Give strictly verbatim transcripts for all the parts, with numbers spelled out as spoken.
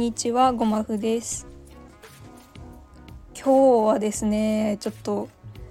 にちは、ごまふです。今日はですね、ちょっと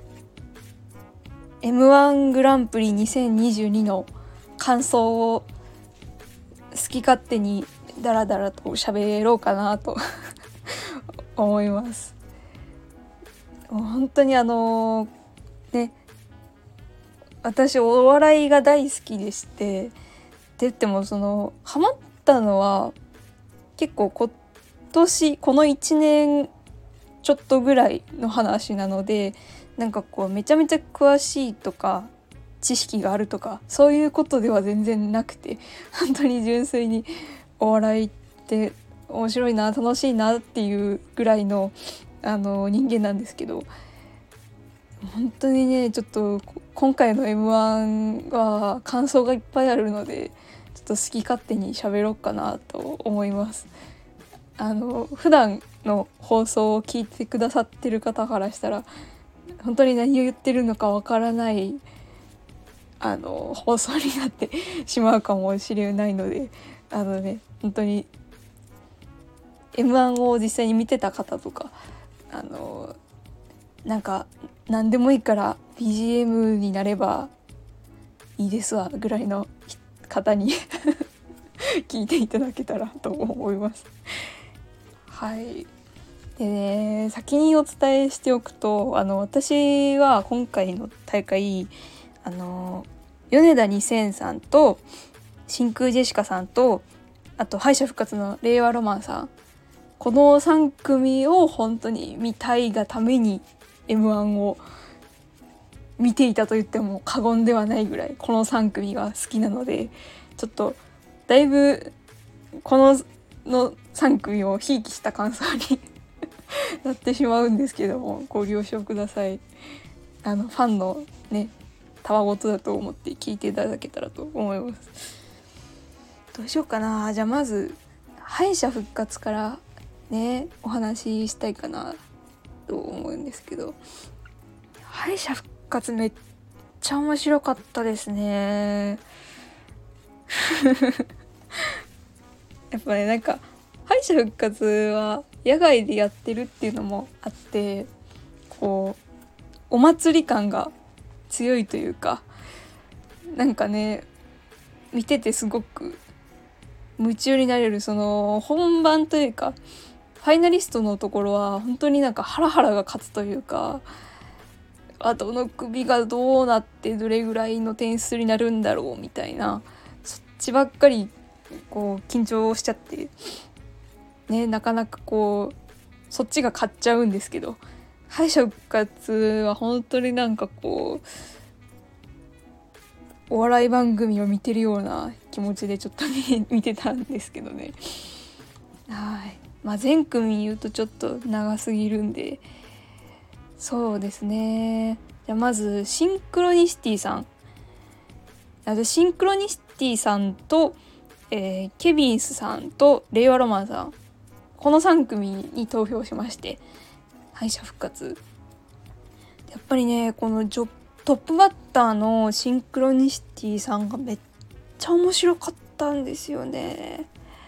エムワン グランプリにせんにじゅうにの感想を好き勝手にダラダラと喋ろうかなと思います。もう本当にあのね、私お笑いが大好きでして、って言ってもそのハマったのは結構今年このいちねんちょっとぐらいの話なので、なんかこうめちゃめちゃ詳しいとか知識があるとかそういうことでは全然なくて、本当に純粋にお笑いって面白いな、楽しいなっていうぐらいのあの人間なんですけど、本当にねちょっと今回の エムワン は感想がいっぱいあるので、ちょっと好き勝手に喋ろうかなと思います。あの普段の放送を聞いてくださってる方からしたら本当に何を言ってるのかわからないあの放送になってしまうかもしれないので、あのね本当に エムワン を実際に見てた方とか、あのなんか何でもいいから ビージーエム になればいいですわぐらいの方に聞いていただけたらと思います。はい。でね、先にお伝えしておくと、あの私は今回の大会、あの米田にせんさんと真空ジェシカさんと、あと敗者復活の令和ロマンさん、このさん組を本当に見たいがために エムワン を見ていたと言っても過言ではないぐらいこのさん組が好きなので、ちょっとだいぶこののさん組をひいきした感想になってしまうんですけども、ご了承ください。あのファンのねたわごとだと思って聞いていただけたらと思います。どうしようかな。じゃあまず敗者復活からねお話ししたいかなと思うんですけど、敗者復活めっちゃ面白かったですね。やっぱね、なんか敗者復活は野外でやってるっていうのもあって、こうお祭り感が強いというか、なんかね見ててすごく夢中になれる。その本番というかファイナリストのところは本当になんかハラハラが勝つというか、あどの組がどうなってどれぐらいの点数になるんだろうみたいな、そっちばっかりこう緊張しちゃってね、なかなかこうそっちが勝っちゃうんですけど、敗者復活は本当になんかこうお笑い番組を見てるような気持ちでちょっと見てたんですけどね。はい、まあ、全組言うとちょっと長すぎるんで、そうですね。じゃあまずシンクロニシティさん、あとシンクロニシティさんと、えー、ケビンスさんと令和ロマンさん、このさん組に投票しまして、敗者復活。やっぱりねこのジョトップバッターのシンクロニシティさんがめっちゃ面白かったんですよね。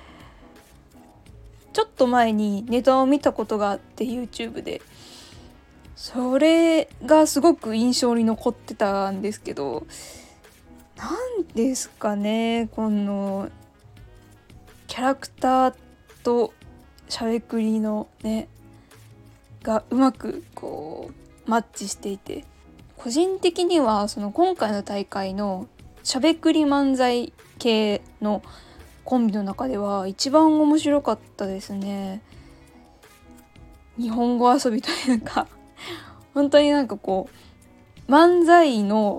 ちょっと前にネタを見たことがあって YouTube で、それがすごく印象に残ってたんですけど、なんですかね、このキャラクターとしゃべくりのねがうまくこうマッチしていて、個人的にはその今回の大会のしゃべくり漫才系のコンビの中では一番面白かったですね。日本語遊びというか本当になんかこう漫才の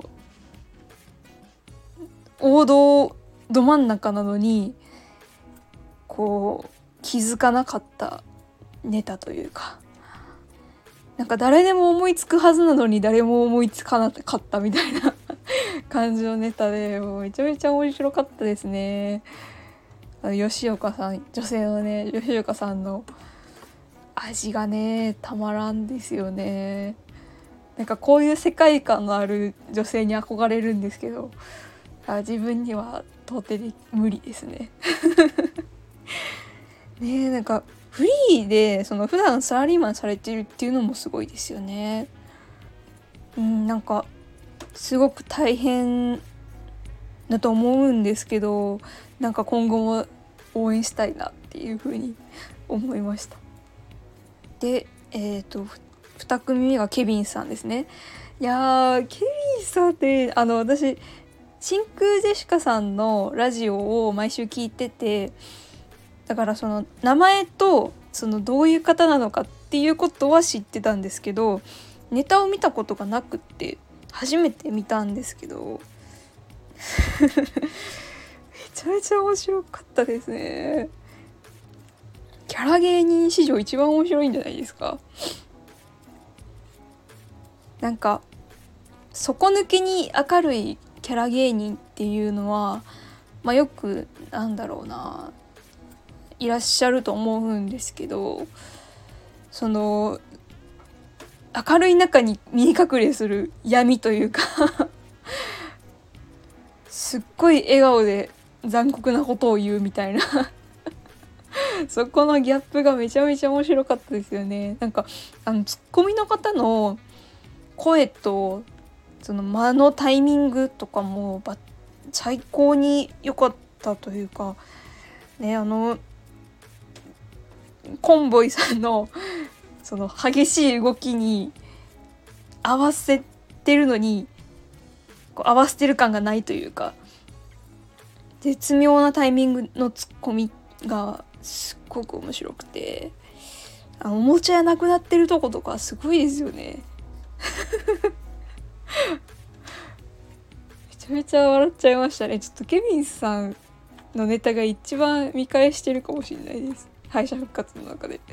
王道ど真ん中なのにこう気づかなかったネタというか、なんか誰でも思いつくはずなのに誰も思いつかなかったみたいな感じのネタで、もうめちゃめちゃ面白かったですね。あの吉岡さん、女性のね吉岡さんの味がねたまらんですよね。なんかこういう世界観のある女性に憧れるんですけど、あ自分には到底無理ですねね、なんかフリーでその普段サラリーマンされてるっていうのもすごいですよね。うん、なんかすごく大変だと思うんですけど、なんか今後も応援したいなっていうふうに思いました。で、えっとに組目がケビンさんですね。いやー、ケビンさんってあの私真空ジェシカさんのラジオを毎週聞いてて、だからその名前とそのどういう方なのかっていうことは知ってたんですけど、ネタを見たことがなくって初めて見たんですけどめちゃめちゃ面白かったですね。キャラ芸人史上一番面白いんじゃないですか。なんか底抜けに明るいキャラ芸人っていうのは、まあ、よくなんだろうないらっしゃると思うんですけど、その明るい中に見え隠れする闇というかすっごい笑顔で残酷なことを言うみたいなそこのギャップがめちゃめちゃ面白かったですよね。なんかあのツッコミの方の声とその間のタイミングとかも最高に良かったというかね、あのコンボイさんのその激しい動きに合わせてるのにこう合わせてる感がないというか、絶妙なタイミングのツッコミがすっごく面白くて、あのおもちゃ屋なくなってるとことかすごいですよねめちゃめちゃ笑っちゃいましたね。ちょっとケビンさんのネタが一番見返してるかもしれないです、敗者復活の中で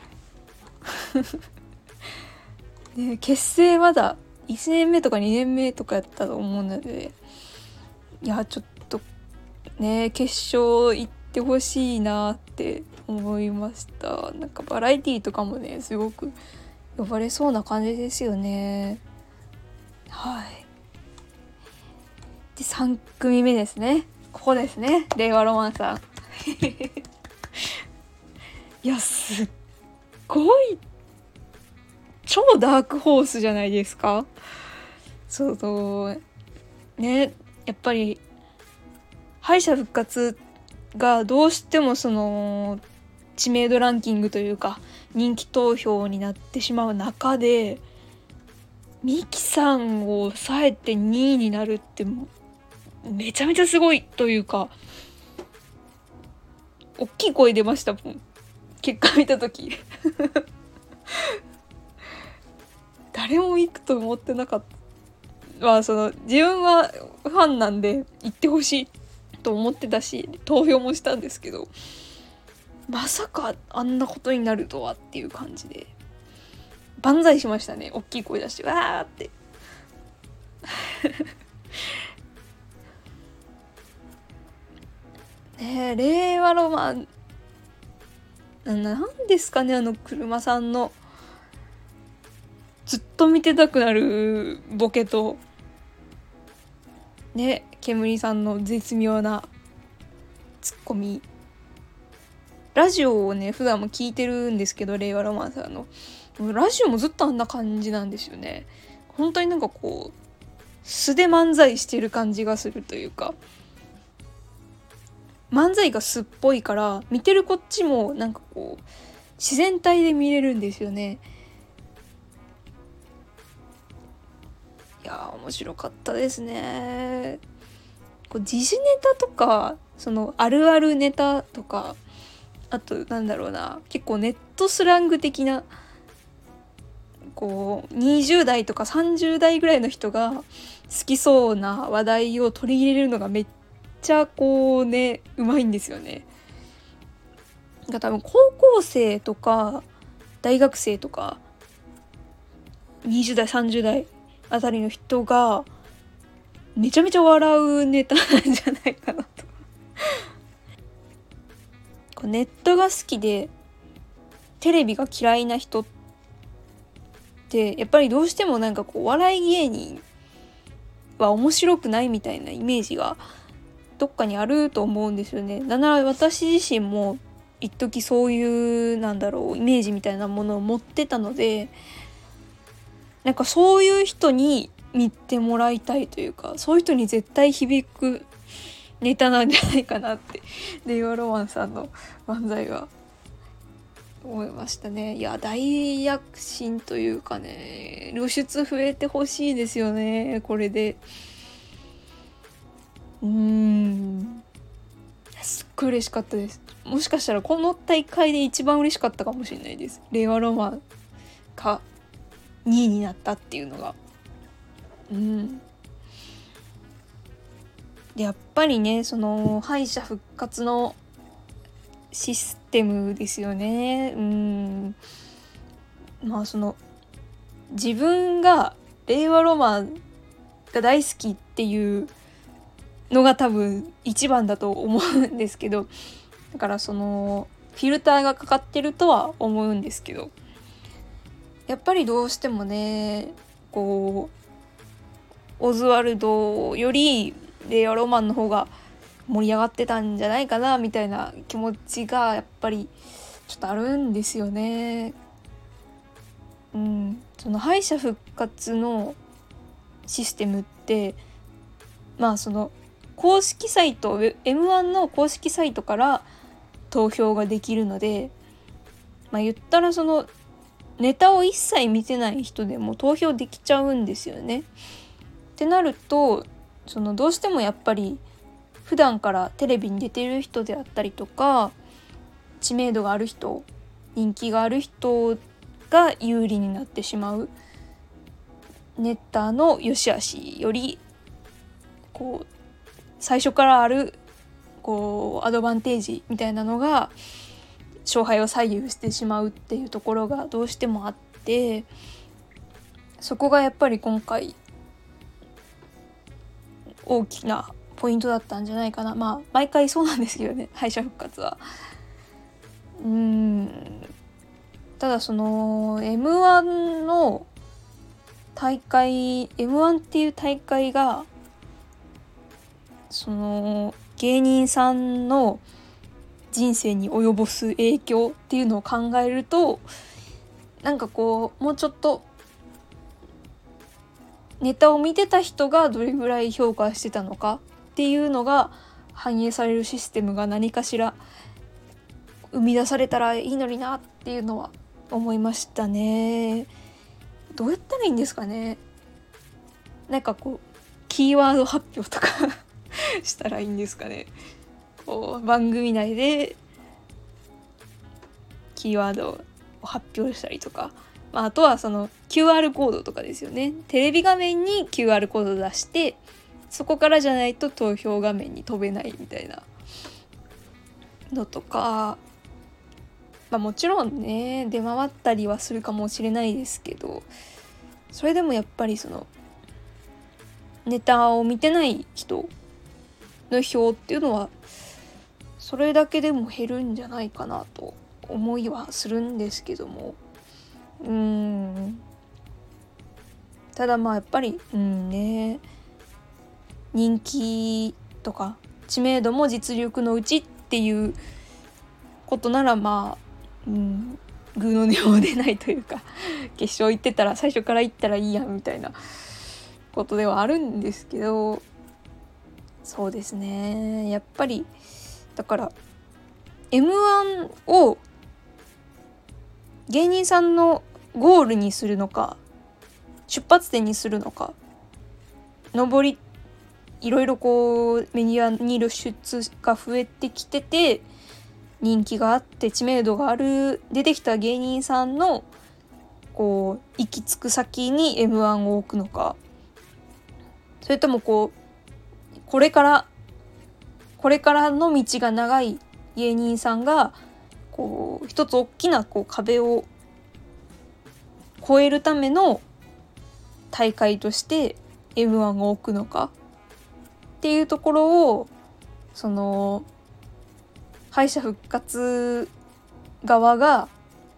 ね、結成まだいちねんめとかにねんめとかやったと思うので、いやちょっとね決勝行ってほしいなって思いました。なんかバラエティとかもねすごく呼ばれそうな感じですよね。はい。でさん組目ですね。ここですね、令和ロマンさんいやすっごい超ダークホースじゃないですか。そうそうね、やっぱり敗者復活がどうしてもその知名度ランキングというか人気投票になってしまう中でミキさんを抑えてにいになるってめちゃめちゃすごいというか、大きい声出ましたもん、結果見た時誰も行くと思ってなかった。まあその自分はファンなんで行ってほしいと思ってたし投票もしたんですけど、まさかあんなことになるとはっていう感じで万歳しましたね、大きい声出してわーってねえ、令和ロマンなんですかね、あの車さんのずっと見てたくなるボケとね、煙さんの絶妙なツッコミ。ラジオをね普段も聞いてるんですけど、令和ロマンさんのラジオもずっとあんな感じなんですよね。本当になんかこう素で漫才してる感じがするというか、漫才が素っぽいから見てるこっちもなんかこう自然体で見れるんですよね。いや面白かったですね。こう時事ネタとかそのあるあるネタとか、あとなんだろうな、結構ネットスラング的なこうにじゅう代とかさんじゅう代ぐらいの人が好きそうな話題を取り入れるのがめっちゃこうねうまいんですよね。が多分高校生とか大学生とかにじゅう代さんじゅう代あたりの人がめちゃめちゃ笑うネタなんじゃないかなとこうネットが好きでテレビが嫌いな人ってやっぱりどうしてもなんかこう笑い芸人は面白くないみたいなイメージがどっかにあると思うんですよね。なんなら私自身も一時そういうなんだろうイメージみたいなものを持ってたので、なんかそういう人に見てもらいたいというか、そういう人に絶対響くネタなんじゃないかなって令和ロマンさんの漫才は思いましたね。いや大躍進というかね、露出増えてほしいですよねこれで。うーんすっごい嬉しかったです。もしかしたらこの大会で一番嬉しかったかもしれないです。令和ロマンがにいになったっていうのが。うんでやっぱりね、その敗者復活のシステムですよね。うんまあその自分が令和ロマンが大好きっていうのが多分一番だと思うんですけど、だからそのフィルターがかかってるとは思うんですけど、やっぱりどうしてもねこうオズワルドより令和ロマンの方が盛り上がってたんじゃないかなみたいな気持ちがやっぱりちょっとあるんですよね。うん、その敗者復活のシステムってまあその公式サイト エムワン の公式サイトから投票ができるので、まあ言ったらそのネタを一切見てない人でも投票できちゃうんですよね。ってなるとそのどうしてもやっぱり普段からテレビに出てる人であったりとか知名度がある人、人気がある人が有利になってしまう。ネタの良し悪しよりこう最初からあるこうアドバンテージみたいなのが勝敗を左右してしまうっていうところがどうしてもあって、そこがやっぱり今回大きなポイントだったんじゃないかな。まあ毎回そうなんですけどね、敗者復活は。うーんただその エムワン の大会 エムワン っていう大会がその芸人さんの人生に及ぼす影響っていうのを考えると、なんかこうもうちょっとネタを見てた人がどれぐらい評価してたのかっていうのが反映されるシステムが何かしら生み出されたらいいのになっていうのは思いましたね。どうやったらいいんですかね。なんかこうキーワード発表とかしたらいいんですかね。こう番組内でキーワードを発表したりとか、まあ、あとはその キューアール コードとかですよね。テレビ画面に キューアール コード出してそこからじゃないと投票画面に飛べないみたいなのとか、まあ、もちろんね出回ったりはするかもしれないですけど、それでもやっぱりそのネタを見てない人の票っていうのはそれだけでも減るんじゃないかなと思いはするんですけども、うーんただまあやっぱりうんね人気とか知名度も実力のうちっていうことならまあ、うん、グーの音も出ないというか決勝行ってたら最初から行ったらいいやみたいなことではあるんですけど、そうですねやっぱりだから エムワン を芸人さんのゴールにするのか出発点にするのか、上りいろいろこうメディアに露出が増えてきてて人気があって知名度がある出てきた芸人さんのこう行き着く先に エムワン を置くのか、それともこうこれからこれからの道が長い芸人さんがこう一つ大きなこう壁を越えるための大会として エムワン を置くのかっていうところをその敗者復活側が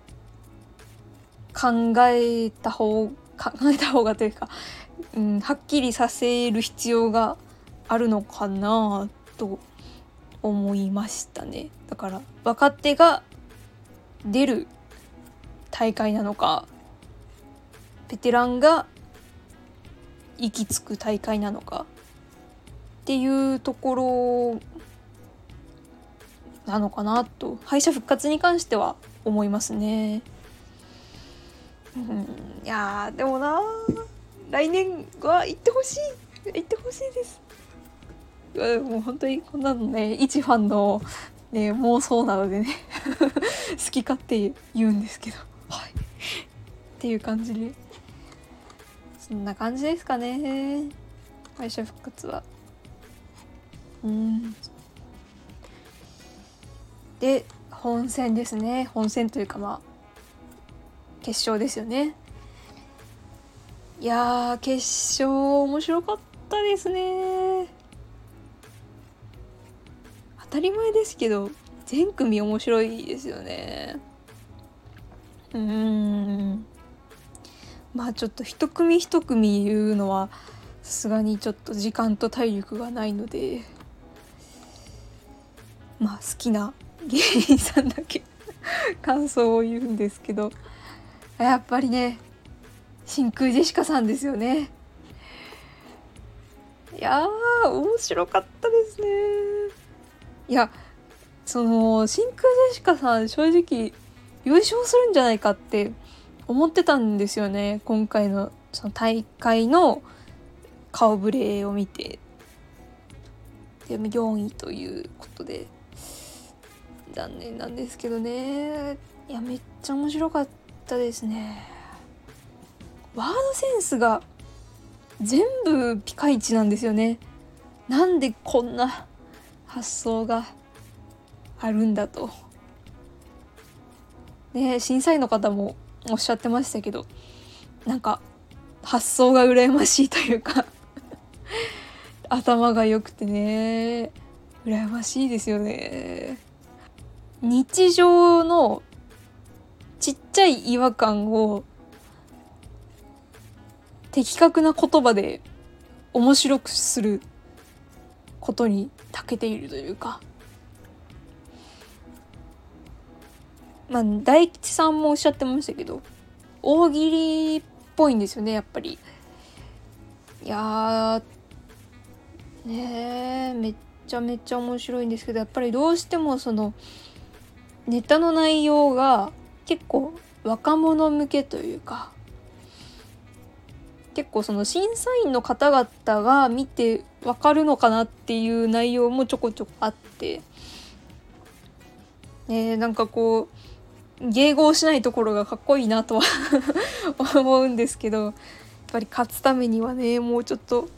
考えた方考えた方がというか、うん、はっきりさせる必要があるのかなと思いましたね。だから若手が出る大会なのか、ベテランが行き着く大会なのかっていうところなのかなと、敗者復活に関しては思いますね。うん、いやでもな、来年は行ってほしい行ってほしいです。もう本当にこんなのね、一ファンの、ね、妄想なのでね好き勝手言うんですけど、はい、っていう感じで、そんな感じですかね、敗者復活は。うんで本戦ですね。本戦というかまあ決勝ですよね。いやー、決勝面白かったですね。当たり前ですけど全組面白いですよね。うーんまあちょっと一組一組言うのはさすがにちょっと時間と体力がないので、まあ好きな芸人さんだけ感想を言うんですけど、やっぱりね真空ジェシカさんですよね。いやー面白かったですね。いやその真空ジェシカさん正直優勝するんじゃないかって思ってたんですよね。今回のその大会の顔ぶれを見て、でもよんいということで残念なんですけどね。いやめっちゃ面白かったですね。ワードセンスが全部ピカイチなんですよね。なんでこんな発想があるんだとね、審査員の方もおっしゃってましたけど、なんか発想が羨ましいというか頭が良くてね羨ましいですよね。日常のちっちゃい違和感を的確な言葉で面白くすることに長けているというか、まあ大吉さんもおっしゃってましたけど大喜利っぽいんですよね、やっぱり。いやーねーめっちゃめちゃ面白いんですけど、やっぱりどうしてもそのネタの内容が結構若者向けというか、結構その審査員の方々が見てわかるのかなっていう内容もちょこちょこあって、ね、なんかこう迎合しないところがかっこいいなとは思うんですけど、やっぱり勝つためにはねもうちょっと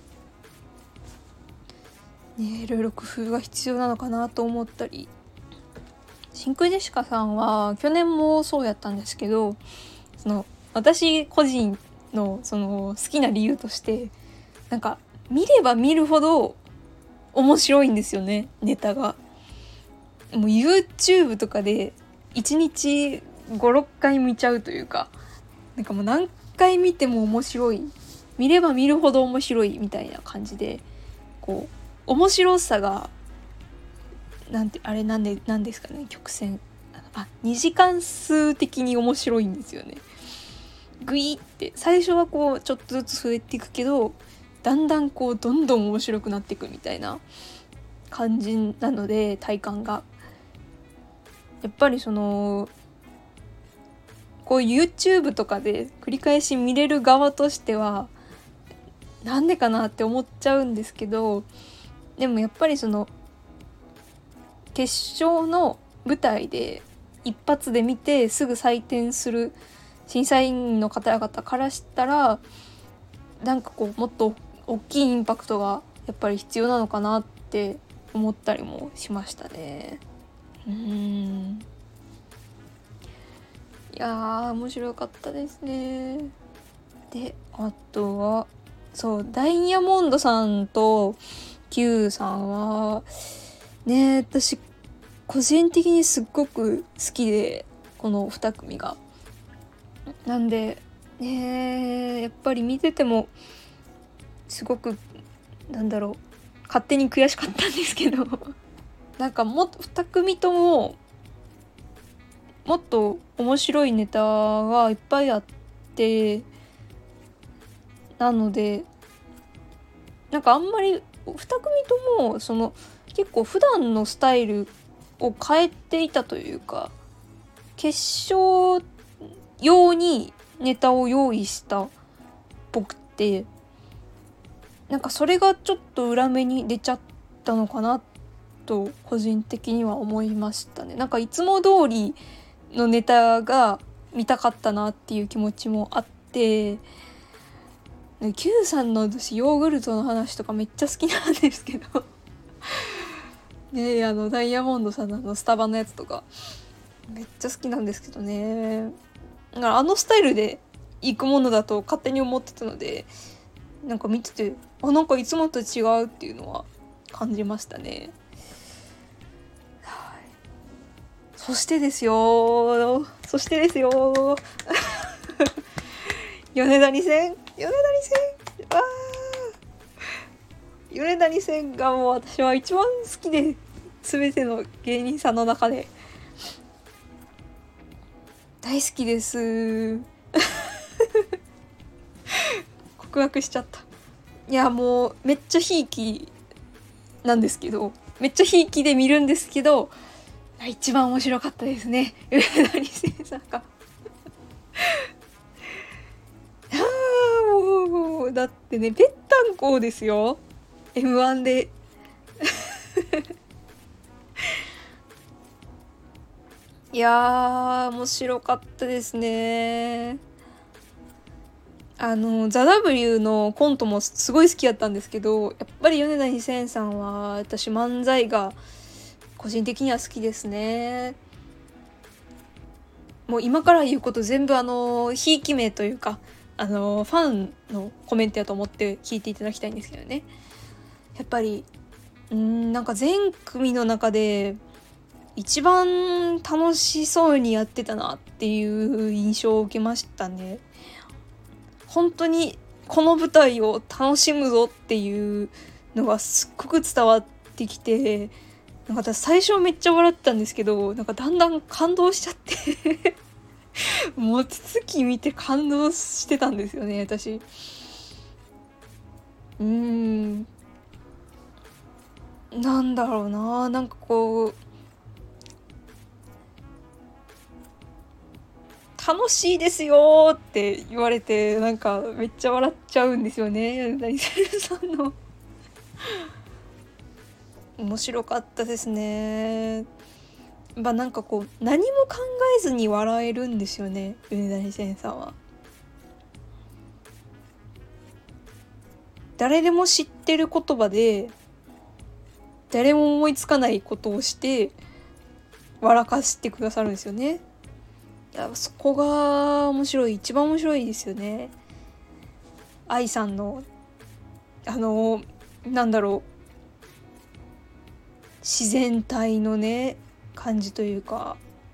ねいろいろ工夫が必要なのかなと思ったり、真空ジェシカさんは去年もそうやったんですけど、その私個人のその好きな理由として、なんか見れば見るほど面白いんですよね、ネタが。もう YouTube とかでいちにちごろっかい見ちゃうというか、なんかもう何回見ても面白い、見れば見るほど面白いみたいな感じで、こう面白さがなんてあれなんでなんですかね、曲線あにじかん数的に面白いんですよね。グイって最初はこうちょっとずつ増えていくけど、だんだんこうどんどん面白くなっていくみたいな感じなので、体感がやっぱりそのこう YouTube とかで繰り返し見れる側としてはなんでかなって思っちゃうんですけど、でもやっぱりその決勝の舞台で一発で見てすぐ採点する審査員の方々からしたら、なんかこうもっと大きいインパクトがやっぱり必要なのかなって思ったりもしましたね。うーんいやー面白かったですね。であとはそうダイヤモンドさんと Q さんはね、私個人的にすっごく好きで、このに組がなんでね、やっぱり見ててもすごくなんだろう勝手に悔しかったんですけどなんかもっとに組とももっと面白いネタがいっぱいあって、なのでなんかあんまりに組ともその結構普段のスタイルを変えていたというか、決勝用にネタを用意したっぽくて、なんかそれがちょっと裏目に出ちゃったのかなと個人的には思いましたね。なんかいつも通りのネタが見たかったなっていう気持ちもあって、Q さんの私ヨーグルトの話とかめっちゃ好きなんですけどねえ、あのダイヤモンドさんのあのスタバのやつとかめっちゃ好きなんですけどね。だからあのスタイルで行くものだと勝手に思ってたので、なんか見ててあなんかいつもと違うっていうのは感じましたね。はい、そしてですよそしてですよ米田に戦米田に戦わー米田に戦がもう私は一番好きで、全ての芸人さんの中で大好きです告白しちゃった。いやもうめっちゃひいきなんですけど、めっちゃひいきで見るんですけど、一番面白かったですね、上田二世さんがあーもうだってね、ぺったんこですよ エムワン でいやー面白かったですね。あのザ・ W のコントもすごい好きだったんですけど、やっぱり米田二千さんは私漫才が個人的には好きですね。もう今から言うこと全部あのひいき名というか、あのファンのコメントやと思って聞いていただきたいんですけどね。やっぱりうーんなんか全組の中で一番楽しそうにやってたなっていう印象を受けましたね。本当にこの舞台を楽しむぞっていうのがすっごく伝わってきて、なんか私最初めっちゃ笑ってたんですけど、なんかだんだん感動しちゃって望月見て感動してたんですよね私。うーんなんだろうな、なんかこう楽しいですよって言われて、なんかめっちゃ笑っちゃうんですよね、大輔さんの面白かったですね。まあなんかこう何も考えずに笑えるんですよね、米田二千さんは。誰でも知ってる言葉で誰も思いつかないことをして笑かしてくださるんですよね。いやそこが面白い、一番面白いですよね。愛さんのあのなんだろう、自然体のね感じというか、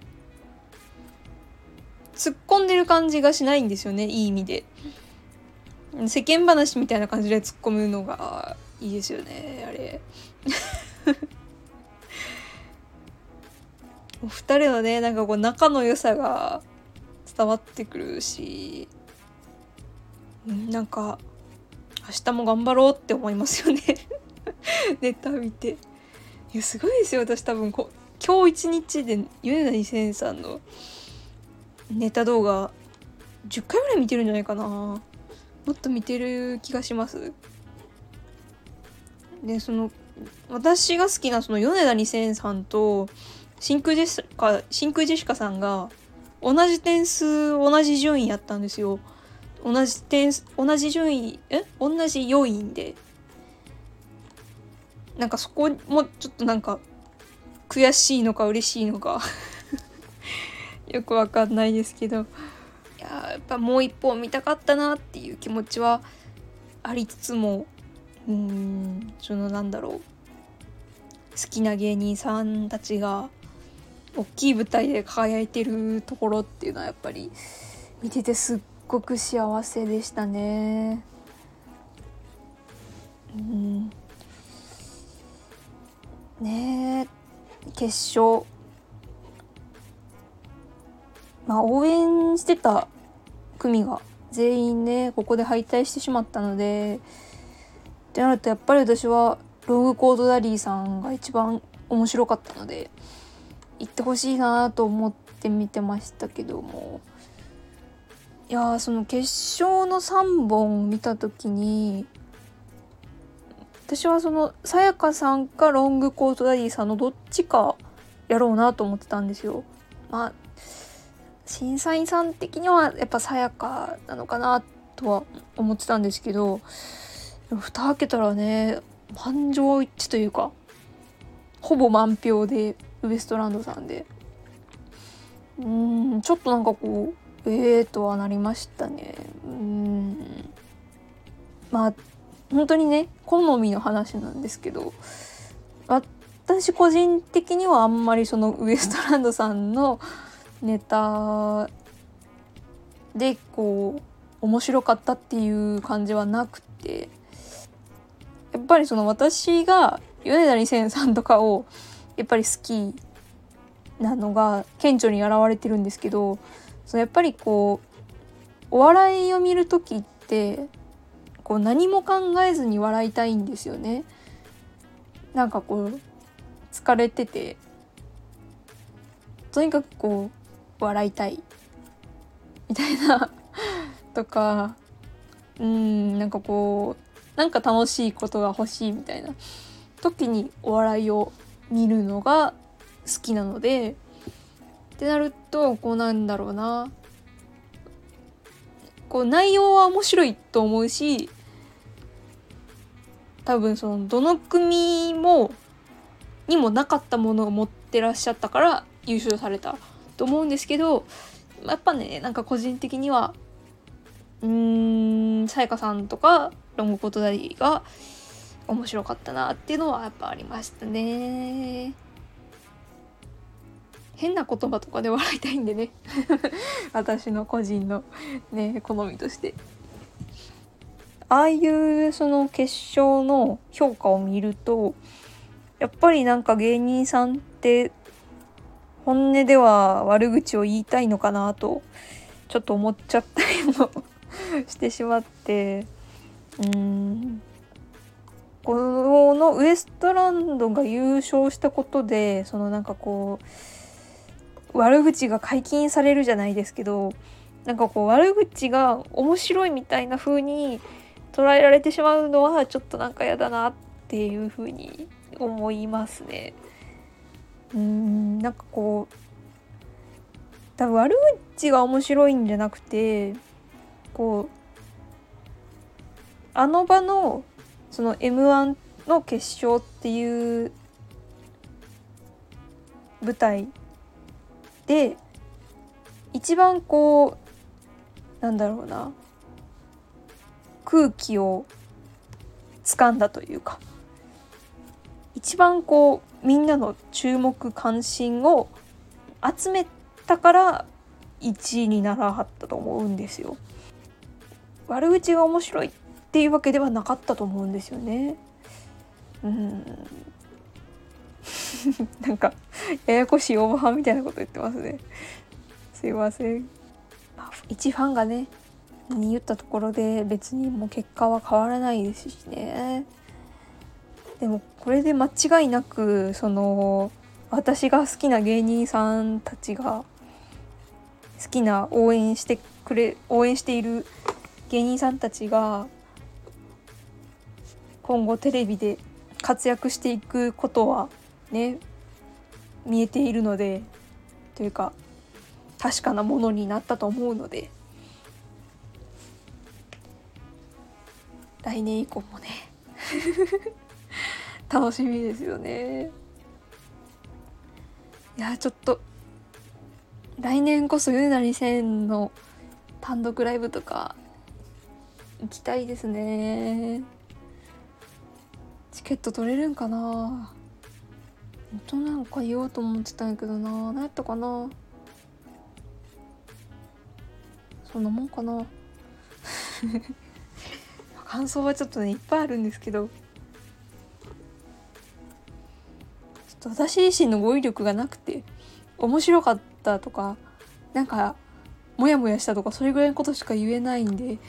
突っ込んでる感じがしないんですよね、いい意味で。世間話みたいな感じで突っ込むのがいいですよね、あれお二人のねなんかこう仲の良さが伝わってくるし、なんか明日も頑張ろうって思いますよねネタ見て。いやすごいですよ、私多分こ今日一日で米田二千さんのネタ動画じゅっかいぐらい見てるんじゃないかな。もっと見てる気がします。でその私が好きなその米田二千さんと真空ジェシカ真空ジェシカさんが同じ点数同じ順位やったんですよ。同じ点同じ順位え同じよんいで、なんかそこもちょっとなんか悔しいのか嬉しいのかよくわかんないですけど、いややっぱもう一本見たかったなっていう気持ちはありつつも、うーんそのなんだろう、好きな芸人さんたちが大きい舞台で輝いてるところっていうのはやっぱり見ててすっごく幸せでしたね。うんねえ決勝、まあ応援してた組が全員ねここで敗退してしまったので、ってなるとやっぱり私はロングコートダディさんが一番面白かったので行ってほしいなと思って見てましたけども、いやーその決勝のさんぼん見た時に私はそのさやかさんかロングコートダディさんのどっちかやろうなと思ってたんですよ。まあ審査員さん的にはやっぱさやかなのかなとは思ってたんですけど、蓋開けたらね満場一致というかほぼ満票でウエストランドさんで、うーんちょっとなんかこうえーとはなりましたね。うーんまあ本当にね好みの話なんですけど、私個人的にはあんまりそのウエストランドさんのネタでこう面白かったっていう感じはなくて、やっぱりその私が米田二千さんとかをやっぱり好きなのが顕著に現れてるんですけど、そのやっぱりこうお笑いを見る時ってこう何も考えずに笑いたいんですよね。なんかこう疲れててとにかくこう笑いたいみたいなとか、うーんなんかこうなんか楽しいことが欲しいみたいな時にお笑いを見るのが好きなので、ってなるとこうなんだろうな、こう内容は面白いと思うし、多分そのどの組もにもなかったものを持ってらっしゃったから優勝されたと思うんですけど、やっぱねなんか個人的にはうーんさやかさんとかロングコートダディが面白かったなっていうのはやっぱありましたね。変な言葉とかで笑いたいんでね私の個人のね好みとして、ああいうその決勝の評価を見るとやっぱりなんか芸人さんって本音では悪口を言いたいのかなとちょっと思っちゃったりもしてしまって、うーんこのウエストランドが優勝したことでそのなんかこう悪口が解禁されるじゃないですけど、なんかこう悪口が面白いみたいな風に捉えられてしまうのはちょっとなんかやだなっていう風に思いますね。うーんなんかこう多分悪口が面白いんじゃなくて、こうあの場のその エムワン の決勝っていう舞台で一番こうなんだろうな空気を掴んだというか、一番こうみんなの注目関心を集めたからいちいにならはったと思うんですよ。悪口が面白いっていうわけではなかったと思うんですよね。うんなんかややこしいオーバーハンみたいなこと言ってますね。すいません。まあ、一ファンがねに言ったところで別にもう結果は変わらないですしね。でもこれで間違いなくその私が好きな芸人さんたちが好きな応援してくれ応援している芸人さんたちが今後テレビで活躍していくことはね見えているので、というか確かなものになったと思うので、来年以降もね楽しみですよね。いやちょっと来年こそ米田にせんの単独ライブとか行きたいですね。チケット取れるんかな。本当なんか言おうと思ってたんやけどな。何やったかな。そんなもんかな感想はちょっとねいっぱいあるんですけど、ちょっと私自身の語彙力がなくて面白かったとかなんかモヤモヤしたとかそれぐらいのことしか言えないんで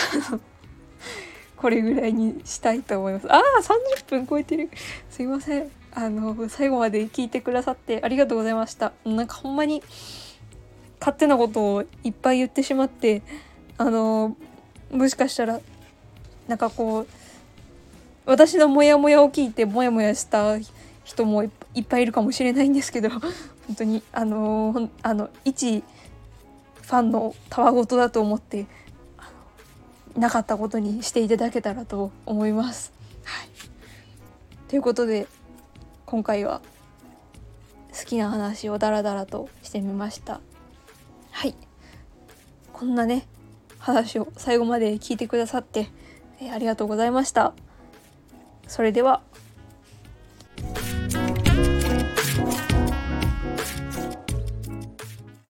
これぐらいにしたいと思います。ああさんじゅっぷん超えてる、すいません。あの最後まで聞いてくださってありがとうございました。なんかほんまに勝手なことをいっぱい言ってしまってあのもしかしたらなんかこう私のモヤモヤを聞いてモヤモヤした人もいっぱいいるかもしれないんですけど本当にあのあの一ファンのたわごとだと思ってなかったことにしていただけたらと思います。はい、ということで今回は好きな話をダラダラとしてみました。はい、こんなね話を最後まで聞いてくださって、えー、ありがとうございました。それでは